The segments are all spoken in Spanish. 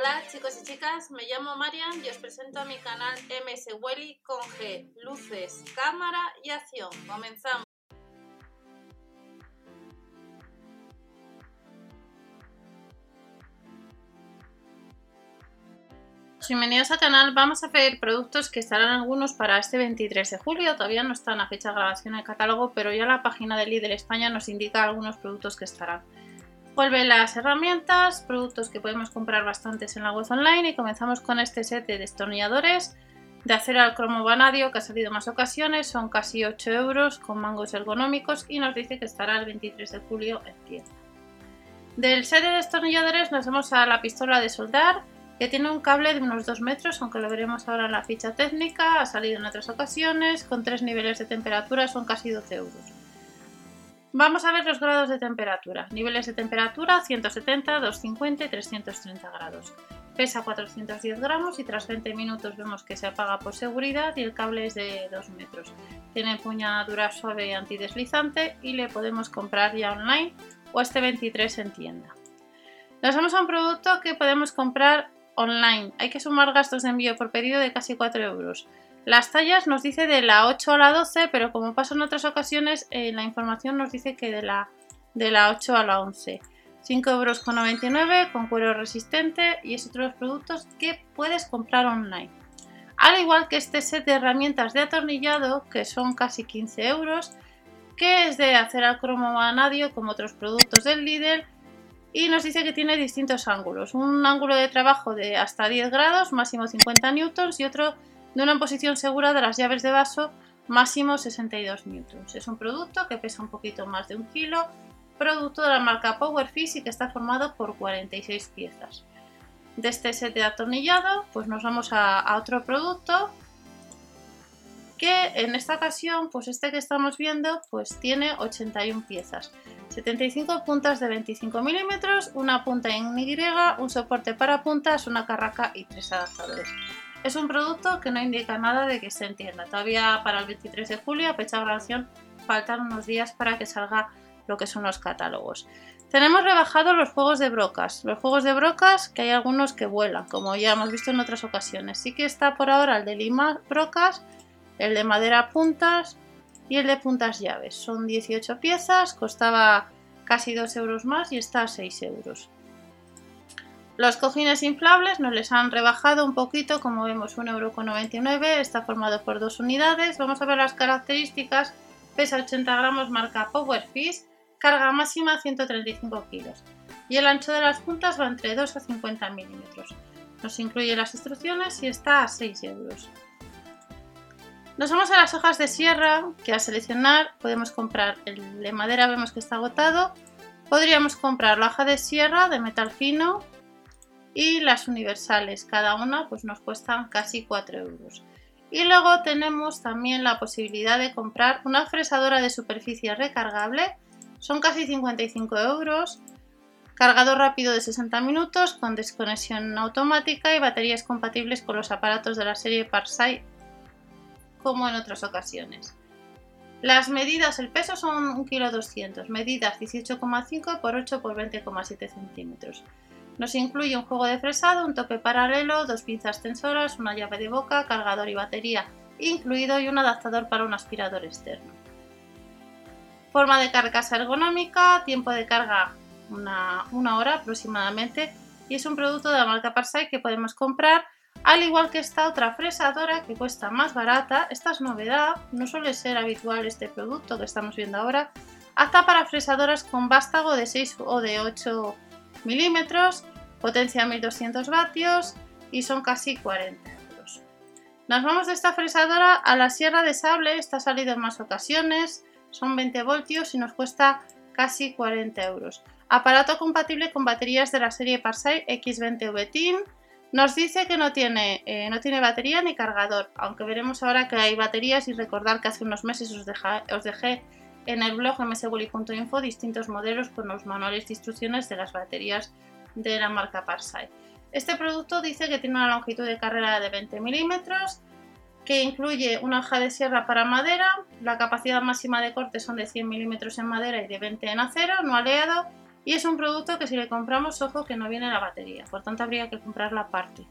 Hola chicos y chicas, me llamo Marian y os presento a mi canal MS Welly con G, luces, cámara y acción. Comenzamos. Bienvenidos al canal. Vamos a ver productos que estarán algunos para este 23 de julio. Todavía no están a fecha de grabación en el catálogo, pero ya la página de Lidl España nos indica algunos productos que estarán. Vuelven las herramientas, productos que podemos comprar bastantes en la web online, y comenzamos con este set de destornilladores de acero al cromo vanadio que ha salido en más ocasiones. Son casi 8 euros con mangos ergonómicos y nos dice que estará el 23 de julio en tienda. Del set de destornilladores nos vamos a la pistola de soldar, que tiene un cable de unos 2 metros, aunque lo veremos ahora en la ficha técnica. Ha salido en otras ocasiones, con 3 niveles de temperatura, son casi 12 euros. Vamos a ver los grados de temperatura. Niveles de temperatura: 170, 250 y 330 grados. Pesa 410 gramos y tras 20 minutos vemos que se apaga por seguridad, y el cable es de 2 metros. Tiene empuñadura suave y antideslizante y le podemos comprar ya online o este 23 en tienda. Nos vamos a un producto que podemos comprar online. Hay que sumar gastos de envío por pedido de casi 4 euros. Las tallas nos dice de la 8 a la 12, pero como pasa en otras ocasiones, la información nos dice que de la 8 a la 11. 5,99 euros con cuero resistente, y es otro de los productos que puedes comprar online. Al igual que este set de herramientas de atornillado, que son casi 15 euros, que es de acero al cromo vanadio como otros productos del Lidl, y nos dice que tiene distintos ángulos. Un ángulo de trabajo de hasta 10 grados, máximo 50 newtons, y otro de una posición segura de las llaves de vaso, máximo 62 newtons. Es un producto que pesa un poquito más de 1 kilo, producto de la marca Powerfish y que está formado por 46 piezas. De este set de atornillado, pues nos vamos a otro producto, que en esta ocasión, pues este que estamos viendo, pues tiene 81 piezas, 75 puntas de 25 milímetros, una punta en Y, un soporte para puntas, una carraca y 3 adaptadores. Es un producto que no indica nada de que esté en tienda. Todavía para el 23 de julio, a fecha de grabación, faltan unos días para que salga lo que son los catálogos. Tenemos rebajado los juegos de brocas. Los juegos de brocas, que hay algunos que vuelan, como ya hemos visto en otras ocasiones. Sí que está por ahora el de lima brocas, el de madera puntas y el de puntas llaves. Son 18 piezas, costaba casi 2 euros más y está a 6 euros. Los cojines inflables nos les han rebajado un poquito, como vemos 1,99 euros, está formado por 2 unidades. Vamos a ver las características. Pesa 80 gramos, marca Powerfish, carga máxima 135 kilos y el ancho de las puntas va entre 2 a 50 milímetros. Nos incluye las instrucciones y está a 6 euros. Nos vamos a las hojas de sierra, que al seleccionar podemos comprar el de madera, vemos que está agotado. Podríamos comprar la hoja de sierra de metal fino y las universales, cada una pues nos cuestan casi 4 euros. Y luego tenemos también la posibilidad de comprar una fresadora de superficie recargable, son casi 55 euros, cargador rápido de 60 minutos con desconexión automática y baterías compatibles con los aparatos de la serie Parsai, como en otras ocasiones. Las medidas, el peso son 1,2 kg, medidas 18,5 por 8 por 20,7 centímetros. Nos incluye un juego de fresado, un tope paralelo, 2 pinzas tensoras, una llave de boca, cargador y batería incluido y un adaptador para un aspirador externo. Forma de carcasa ergonómica, tiempo de carga una hora aproximadamente, y es un producto de la marca Parsai que podemos comprar, al igual que esta otra fresadora que cuesta más barata. Esta es novedad, no suele ser habitual este producto que estamos viendo ahora. Apta para fresadoras con vástago de 6 o de 8 milímetros, potencia 1200 vatios y son casi 40 euros. Nos vamos de esta fresadora a la sierra de sable. Esta ha salido en más ocasiones, son 20 voltios y nos cuesta casi 40 euros. Aparato compatible con baterías de la serie Parsai X20V Tin. Nos dice que no tiene batería ni cargador, aunque veremos ahora que hay baterías, y recordar que hace unos meses os dejé en el blog mswelly.info distintos modelos con los manuales de instrucciones de las baterías de la marca Parsai. Este producto dice que tiene una longitud de carrera de 20 milímetros, que incluye una hoja de sierra para madera, la capacidad máxima de corte son de 100 milímetros en madera y de 20 en acero no aleado, y es un producto que si le compramos, ojo que no viene la batería, por tanto habría que comprarla aparte.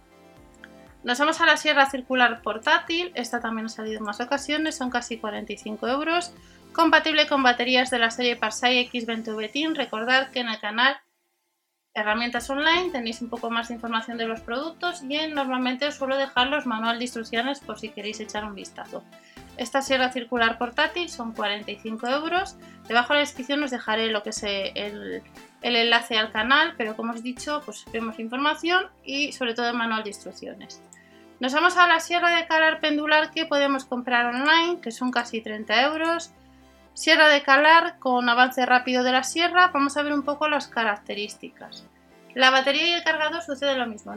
Nos vamos a la sierra circular portátil, esta también ha salido en más ocasiones, son casi 45 euros, compatible con baterías de la serie Parsai X20 VTIN. Recordad que en el canal Herramientas Online tenéis un poco más de información de los productos y normalmente os suelo dejar los manuales de instrucciones por si queréis echar un vistazo. Esta sierra circular portátil son 45 euros, debajo de la descripción os dejaré lo que es el enlace al canal, pero como os he dicho, pues vemos información y sobre todo el manual de instrucciones. Nos vamos a la sierra de calar pendular que podemos comprar online, que son casi 30 euros. Sierra de calar con avance rápido de la sierra. Vamos a ver un poco las características. La batería y el cargador sucede lo mismo.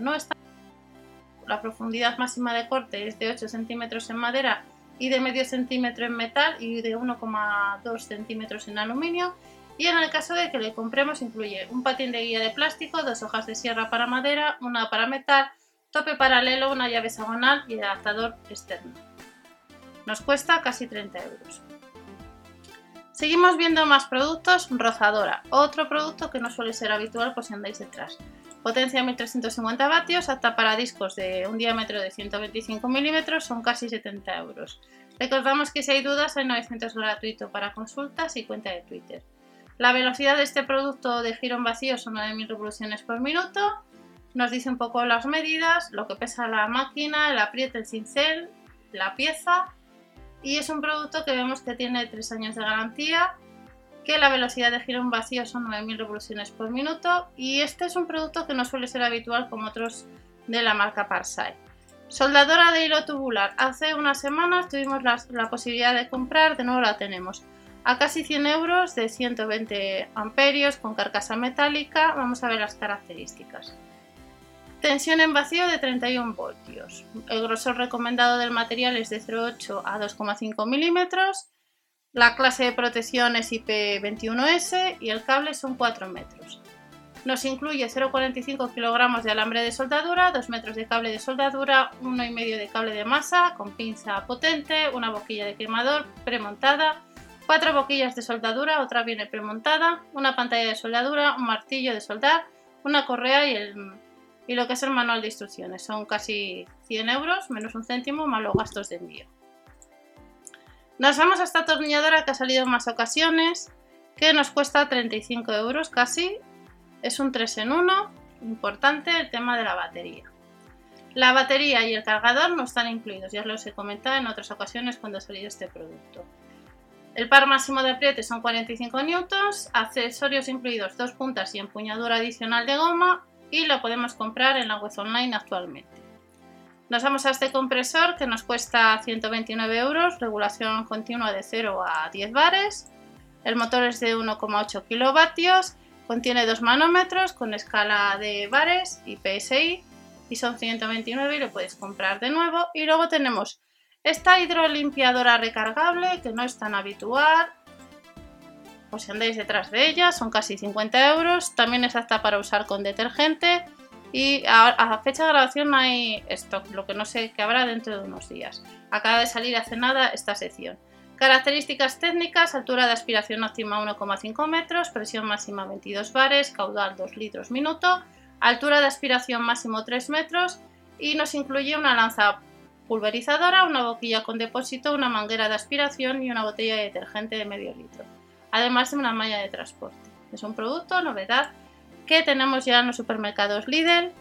La profundidad máxima de corte es de 8 centímetros en madera y de medio centímetro en metal y de 1,2 centímetros en aluminio. Y en el caso de que le compremos incluye un patín de guía de plástico, 2 hojas de sierra para madera, una para metal, tope paralelo, una llave hexagonal y el adaptador externo. Nos cuesta casi 30 euros. Seguimos viendo más productos. Rozadora, otro producto que no suele ser habitual por si andáis detrás. Potencia 1350 vatios, apta para discos de un diámetro de 125 milímetros, son casi 70 euros. Recordamos que si hay dudas hay 900 gratuito para consultas y cuenta de Twitter. La velocidad de este producto de giro en vacío son 9000 revoluciones por minuto. Nos dice un poco las medidas, lo que pesa la máquina, el apriete, el cincel, la pieza. Y es un producto que vemos que tiene 3 años de garantía, que la velocidad de giro en vacío son 9000 revoluciones por minuto y este es un producto que no suele ser habitual como otros de la marca Parsai. Soldadora de hilo tubular, hace unas semanas tuvimos la posibilidad de comprar, de nuevo la tenemos, a casi 100 euros de 120 amperios con carcasa metálica. Vamos a ver las características. Tensión en vacío de 31 voltios. El grosor recomendado del material es de 0,8 a 2,5 milímetros. La clase de protección es IP21S y el cable son 4 metros. Nos incluye 0,45 kilogramos de alambre de soldadura, 2 metros de cable de soldadura, 1,5 de cable de masa con pinza potente, una boquilla de quemador premontada, 4 boquillas de soldadura, otra viene premontada, una pantalla de soldadura, un martillo de soldar, una correa y lo que es el manual de instrucciones. Son casi 100 euros menos un céntimo más los gastos de envío. Nos vamos a esta atornilladora que ha salido en más ocasiones, que nos cuesta 35 euros casi. Es un 3 en 1, importante el tema de la batería. La batería y el cargador no están incluidos, ya os los he comentado en otras ocasiones cuando ha salido este producto. El par máximo de apriete son 45 newtons, accesorios incluidos 2 puntas y empuñadura adicional de goma y lo podemos comprar en la web online actualmente. Nos vamos a este compresor que nos cuesta 129 euros, regulación continua de 0 a 10 bares. El motor es de 1,8 kilovatios, contiene 2 manómetros con escala de bares y PSI y son 129 y lo puedes comprar de nuevo. Y luego tenemos esta hidrolimpiadora recargable que no es tan habitual, por si andáis detrás de ella, son casi 50 euros, también es apta para usar con detergente y a fecha de grabación hay stock, lo que no sé que habrá dentro de unos días. Acaba de salir hace nada esta sección. Características técnicas: altura de aspiración óptima 1,5 metros, presión máxima 22 bares, caudal 2 litros minuto, altura de aspiración máximo 3 metros y nos incluye una lanza pulverizadora, una boquilla con depósito, una manguera de aspiración y una botella de detergente de medio litro, además de una malla de transporte. Es un producto novedad que tenemos ya en los supermercados Lidl.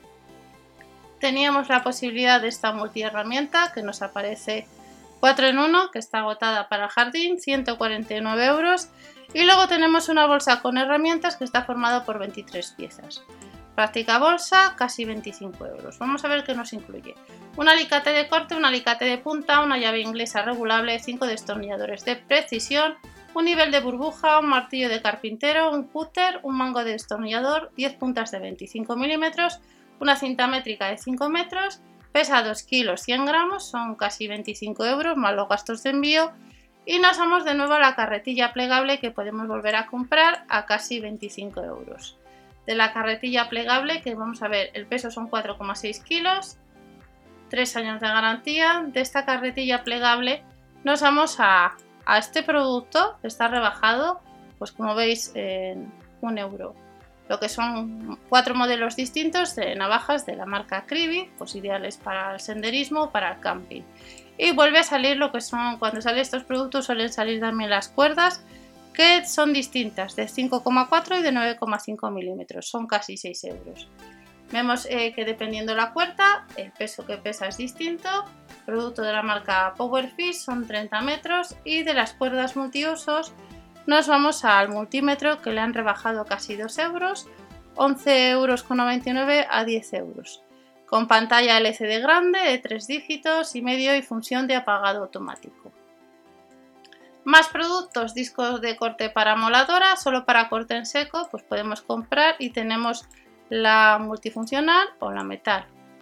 Teníamos la posibilidad de esta multiherramienta que nos aparece 4 en 1, que está agotada para el jardín, 149 euros. Y luego tenemos una bolsa con herramientas que está formada por 23 piezas. Práctica bolsa, casi 25 euros. Vamos a ver qué nos incluye. Un alicate de corte, un alicate de punta, una llave inglesa regulable, 5 destornilladores de precisión, un nivel de burbuja, un martillo de carpintero, un cúter, un mango de destornillador, 10 puntas de 25 milímetros, una cinta métrica de 5 metros, pesa 2 kilos 100 gramos, son casi 25 euros más los gastos de envío. Y nos vamos de nuevo a la carretilla plegable que podemos volver a comprar a casi 25 euros. De la carretilla plegable, que vamos a ver, el peso son 4,6 kilos, 3 años de garantía. De esta carretilla plegable nos vamos a este producto que está rebajado, pues como veis en €1. Lo que son 4 modelos distintos de navajas de la marca Krivi, pues ideales para el senderismo o para el camping. Y vuelve a salir lo que son, cuando salen estos productos suelen salir también las cuerdas, que son distintas, de 5,4 y de 9,5 milímetros, son casi €6. Vemos que dependiendo la cuerda, el peso que pesa es distinto. Producto de la marca Powerfish, son 30 metros, y de las cuerdas multiusos nos vamos al multímetro, que le han rebajado casi €2, 11,99 € a €10, con pantalla LCD grande de 3 dígitos y medio y función de apagado automático. Más productos, discos de corte para moladora, solo para corte en seco, pues podemos comprar, y tenemos la multifuncional o la metal,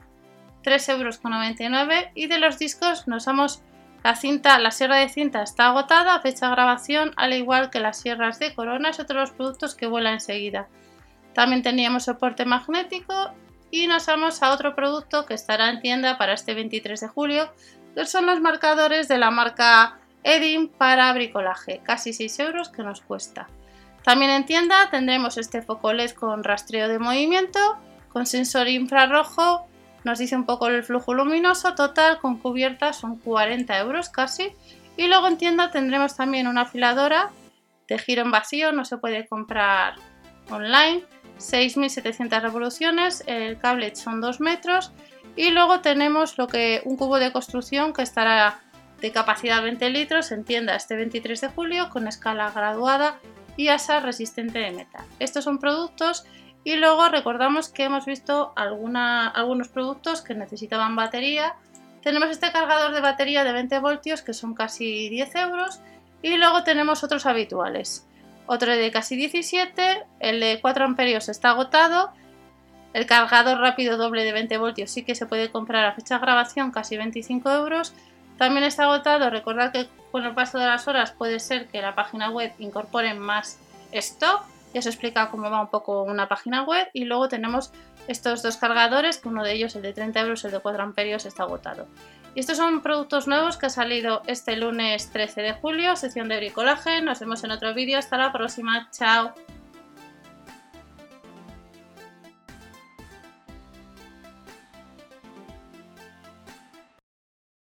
€3,99, y de los discos nos vamos. La sierra de cinta está agotada, fecha de grabación, al igual que las sierras de corona, es otro de los productos que vuela enseguida. También teníamos soporte magnético, y nos vamos a otro producto que estará en tienda para este 23 de julio, que son los marcadores de la marca Edim para bricolaje, casi €6 que nos cuesta. También en tienda tendremos este foco LED con rastreo de movimiento, con sensor infrarrojo, nos dice un poco el flujo luminoso, total con cubierta son €40 casi. Y luego en tienda tendremos también una afiladora de giro en vacío, no se puede comprar online, 6.700 revoluciones, el cable son 2 metros, y luego tenemos un cubo de construcción que estará de capacidad 20 litros en tienda este 23 de julio con escala graduada y asa resistente de metal. Estos son productos. Y luego recordamos que hemos visto algunos productos que necesitaban batería. Tenemos este cargador de batería de 20 voltios que son casi €10, y luego tenemos otros habituales. Otro de casi 17, el de 4 amperios está agotado. El cargador rápido doble de 20 voltios sí que se puede comprar a fecha de grabación, casi €25. También está agotado. Recordad que con el paso de las horas puede ser que la página web incorpore más stock. Ya os explica cómo va un poco una página web. Y luego tenemos estos dos cargadores, que uno de ellos, el de 30 €, el de 4 amperios, está agotado. Y estos son productos nuevos que han salido este lunes 13 de julio, sección de bricolaje. Nos vemos en otro vídeo. Hasta la próxima. Chao.